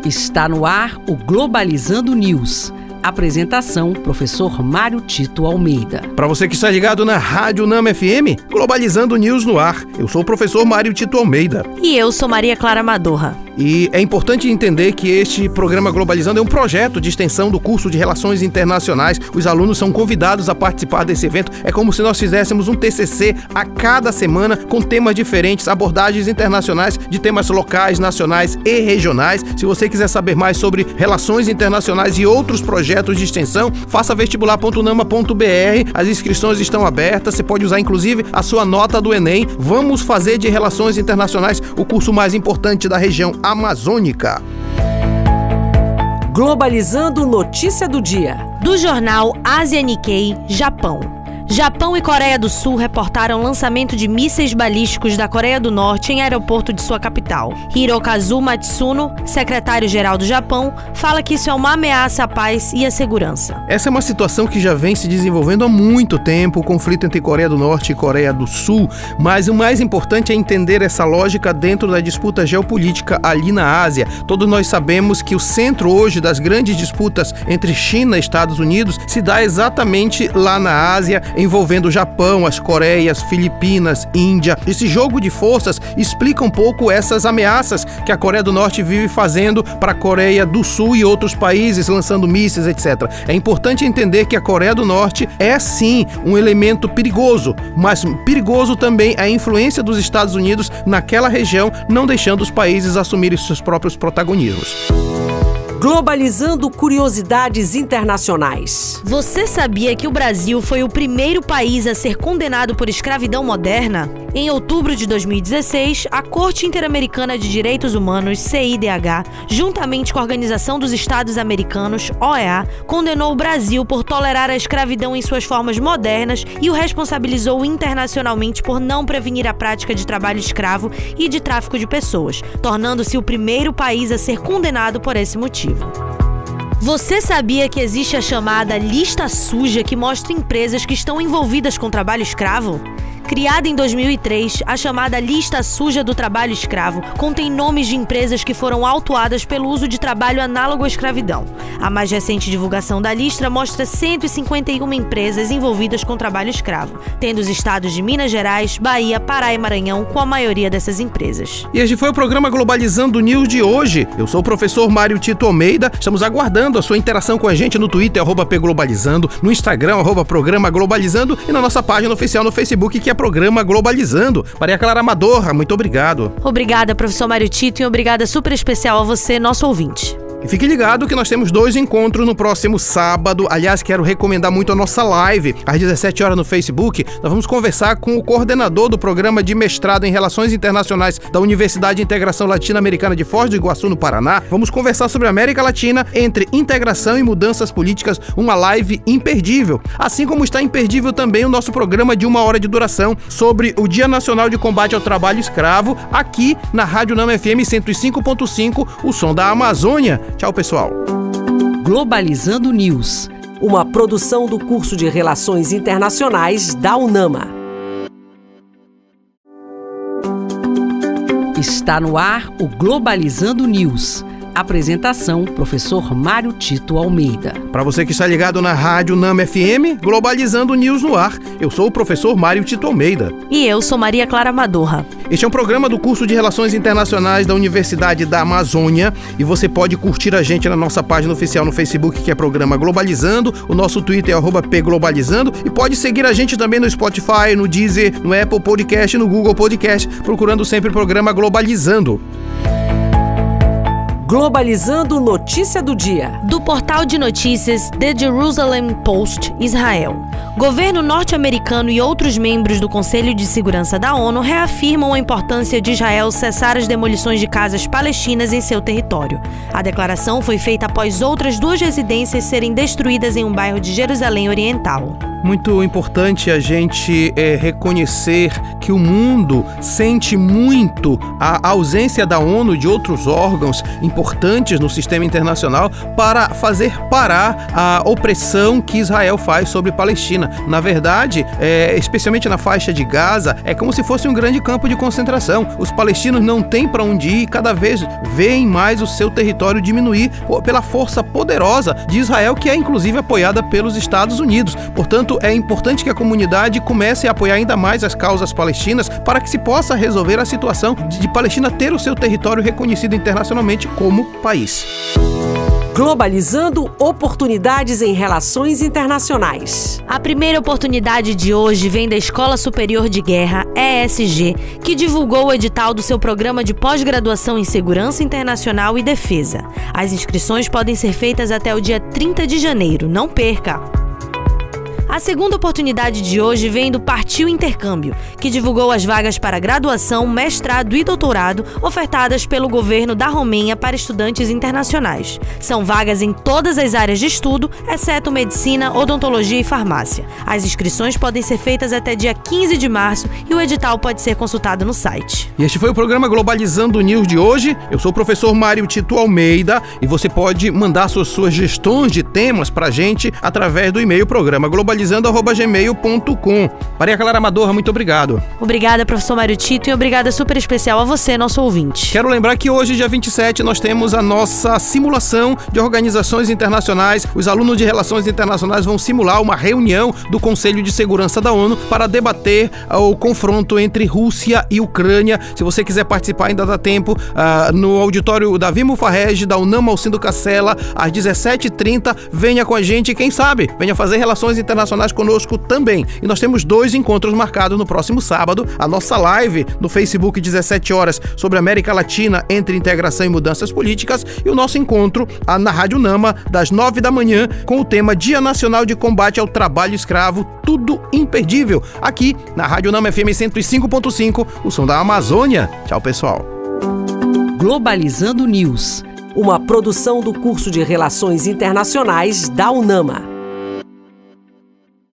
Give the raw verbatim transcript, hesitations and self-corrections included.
Está no ar o Globalizando News. Apresentação, professor Mário Tito Almeida. Para você que está ligado na Rádio Nama F M, Globalizando News no ar. Eu sou o professor Mário Tito Almeida. E eu sou Maria Clara Madorra. E é importante entender que este programa Globalizando é um projeto de extensão do curso de Relações Internacionais. Os alunos são convidados a participar desse evento. É como se nós fizéssemos um T C C a cada semana com temas diferentes, abordagens internacionais de temas locais, nacionais e regionais. Se você quiser saber mais sobre relações internacionais e outros projetos de extensão, faça vestibular ponto nama ponto b r. As inscrições estão abertas. Você pode usar inclusive a sua nota do Enem. Vamos fazer de Relações Internacionais o curso mais importante da região amazônica. Globalizando notícia do dia. Do jornal Asia Nikkei, Japão. Japão e Coreia do Sul reportaram lançamento de mísseis balísticos da Coreia do Norte em aeroporto de sua capital. Hirokazu Matsuno, secretário-geral do Japão, fala que isso é uma ameaça à paz e à segurança. Essa é uma situação que já vem se desenvolvendo há muito tempo, o conflito entre Coreia do Norte e Coreia do Sul, mas o mais importante é entender essa lógica dentro da disputa geopolítica ali na Ásia. Todos nós sabemos que o centro hoje das grandes disputas entre China e Estados Unidos se dá exatamente lá na Ásia, envolvendo o Japão, as Coreias, Filipinas, Índia. Esse jogo de forças explica um pouco essas ameaças que a Coreia do Norte vive fazendo para a Coreia do Sul e outros países, lançando mísseis, etcétera. É importante entender que a Coreia do Norte é sim um elemento perigoso, mas perigoso também a influência dos Estados Unidos naquela região, não deixando os países assumirem seus próprios protagonismos. Globalizando curiosidades internacionais. Você sabia que o Brasil foi o primeiro país a ser condenado por escravidão moderna? Em outubro de dois mil e dezesseis, a Corte Interamericana de Direitos Humanos, C I D H, juntamente com a Organização dos Estados Americanos, O E A, condenou o Brasil por tolerar a escravidão em suas formas modernas e o responsabilizou internacionalmente por não prevenir a prática de trabalho escravo e de tráfico de pessoas, tornando-se o primeiro país a ser condenado por esse motivo. Você sabia que existe a chamada lista suja que mostra empresas que estão envolvidas com trabalho escravo? Criada em dois mil e três, a chamada Lista Suja do Trabalho Escravo contém nomes de empresas que foram autuadas pelo uso de trabalho análogo à escravidão. A mais recente divulgação da lista mostra cento e cinquenta e uma empresas envolvidas com trabalho escravo, tendo os estados de Minas Gerais, Bahia, Pará e Maranhão com a maioria dessas empresas. E este foi o programa Globalizando News de hoje. Eu sou o professor Mário Tito Almeida. Estamos aguardando a sua interação com a gente no Twitter, arroba pglobalizando, no Instagram, arroba programa Globalizando e na nossa página oficial no Facebook, que é Programa Globalizando. Maria Clara Madorra, muito obrigado. Obrigada, professor Mário Tito, e obrigada super especial a você, nosso ouvinte. E fique ligado que nós temos dois encontros no próximo sábado. Aliás, quero recomendar muito a nossa live. Às dezessete horas no Facebook, nós vamos conversar com o coordenador do programa de mestrado em Relações Internacionais da Universidade de Integração Latino-Americana de Foz do Iguaçu, no Paraná. Vamos conversar sobre a América Latina entre integração e mudanças políticas, uma live imperdível. Assim como está imperdível também o nosso programa de uma hora de duração sobre o Dia Nacional de Combate ao Trabalho Escravo, aqui na Rádio Nama F M cento e cinco ponto cinco, o som da Amazônia. Tchau, pessoal. Globalizando News, uma produção do curso de Relações Internacionais da UNAMA. Está no ar o Globalizando News. Apresentação, professor Mário Tito Almeida. Para você que está ligado na Rádio Nama F M, Globalizando News no ar. Eu sou o professor Mário Tito Almeida. E eu sou Maria Clara Madorra. Este é um programa do curso de Relações Internacionais da Universidade da Amazônia e você pode curtir a gente na nossa página oficial no Facebook, que é Programa Globalizando, o nosso Twitter é arroba pglobalizando e pode seguir a gente também no Spotify, no Deezer, no Apple Podcast, no Google Podcast, procurando sempre Programa Globalizando. Globalizando notícia do dia. Do portal de notícias The Jerusalem Post, Israel. Governo norte-americano e outros membros do Conselho de Segurança da ONU reafirmam a importância de Israel cessar as demolições de casas palestinas em seu território. A declaração foi feita após outras duas residências serem destruídas em um bairro de Jerusalém Oriental. Muito importante a gente é, reconhecer que o mundo sente muito a ausência da ONU e de outros órgãos importantes no sistema internacional para fazer parar a opressão que Israel faz sobre Palestina. Na verdade, é, especialmente na faixa de Gaza, é como se fosse um grande campo de concentração. Os palestinos não têm para onde ir e cada vez veem mais o seu território diminuir pela força poderosa de Israel, que é inclusive apoiada pelos Estados Unidos. Portanto, é importante que a comunidade comece a apoiar ainda mais as causas palestinas para que se possa resolver a situação de Palestina ter o seu território reconhecido internacionalmente como país. Globalizando oportunidades em relações internacionais. A primeira oportunidade de hoje vem da Escola Superior de Guerra, E S G, que divulgou o edital do seu programa de pós-graduação em Segurança Internacional e Defesa. As inscrições podem ser feitas até o dia trinta de janeiro. Não perca! A segunda oportunidade de hoje vem do Partiu Intercâmbio, que divulgou as vagas para graduação, mestrado e doutorado ofertadas pelo governo da Romênia para estudantes internacionais. São vagas em todas as áreas de estudo, exceto medicina, odontologia e farmácia. As inscrições podem ser feitas até dia quinze de março e o edital pode ser consultado no site. E este foi o programa Globalizando News de hoje. Eu sou o professor Mário Tito Almeida e você pode mandar suas sugestões de temas pra gente através do e-mail programa globalizando arroba gmail ponto com. Maria Clara Amadorra, muito obrigado. Obrigada, professor Mário Tito, e obrigada super especial a você, nosso ouvinte. Quero lembrar que hoje, dia vinte e sete, nós temos a nossa simulação de organizações internacionais. Os alunos de Relações Internacionais vão simular uma reunião do Conselho de Segurança da ONU para debater o confronto entre Rússia e Ucrânia. Se você quiser participar, ainda dá tempo, uh, no auditório Davi Mufarrege, da UNAM Alcindo Cacela, às dezessete e trinta. Venha com a gente, quem sabe, venha fazer Relações Internacionais conosco também. E nós temos dois encontros marcados no próximo sábado. A nossa live no Facebook, dezessete horas, sobre América Latina entre integração e mudanças políticas, e o nosso encontro na Rádio Nama, das nove da manhã, com o tema Dia Nacional de Combate ao Trabalho Escravo. Tudo imperdível, aqui na Rádio Nama F M cento e cinco ponto cinco, o som da Amazônia. Tchau, pessoal. Globalizando News, uma produção do curso de Relações Internacionais da UNAMA.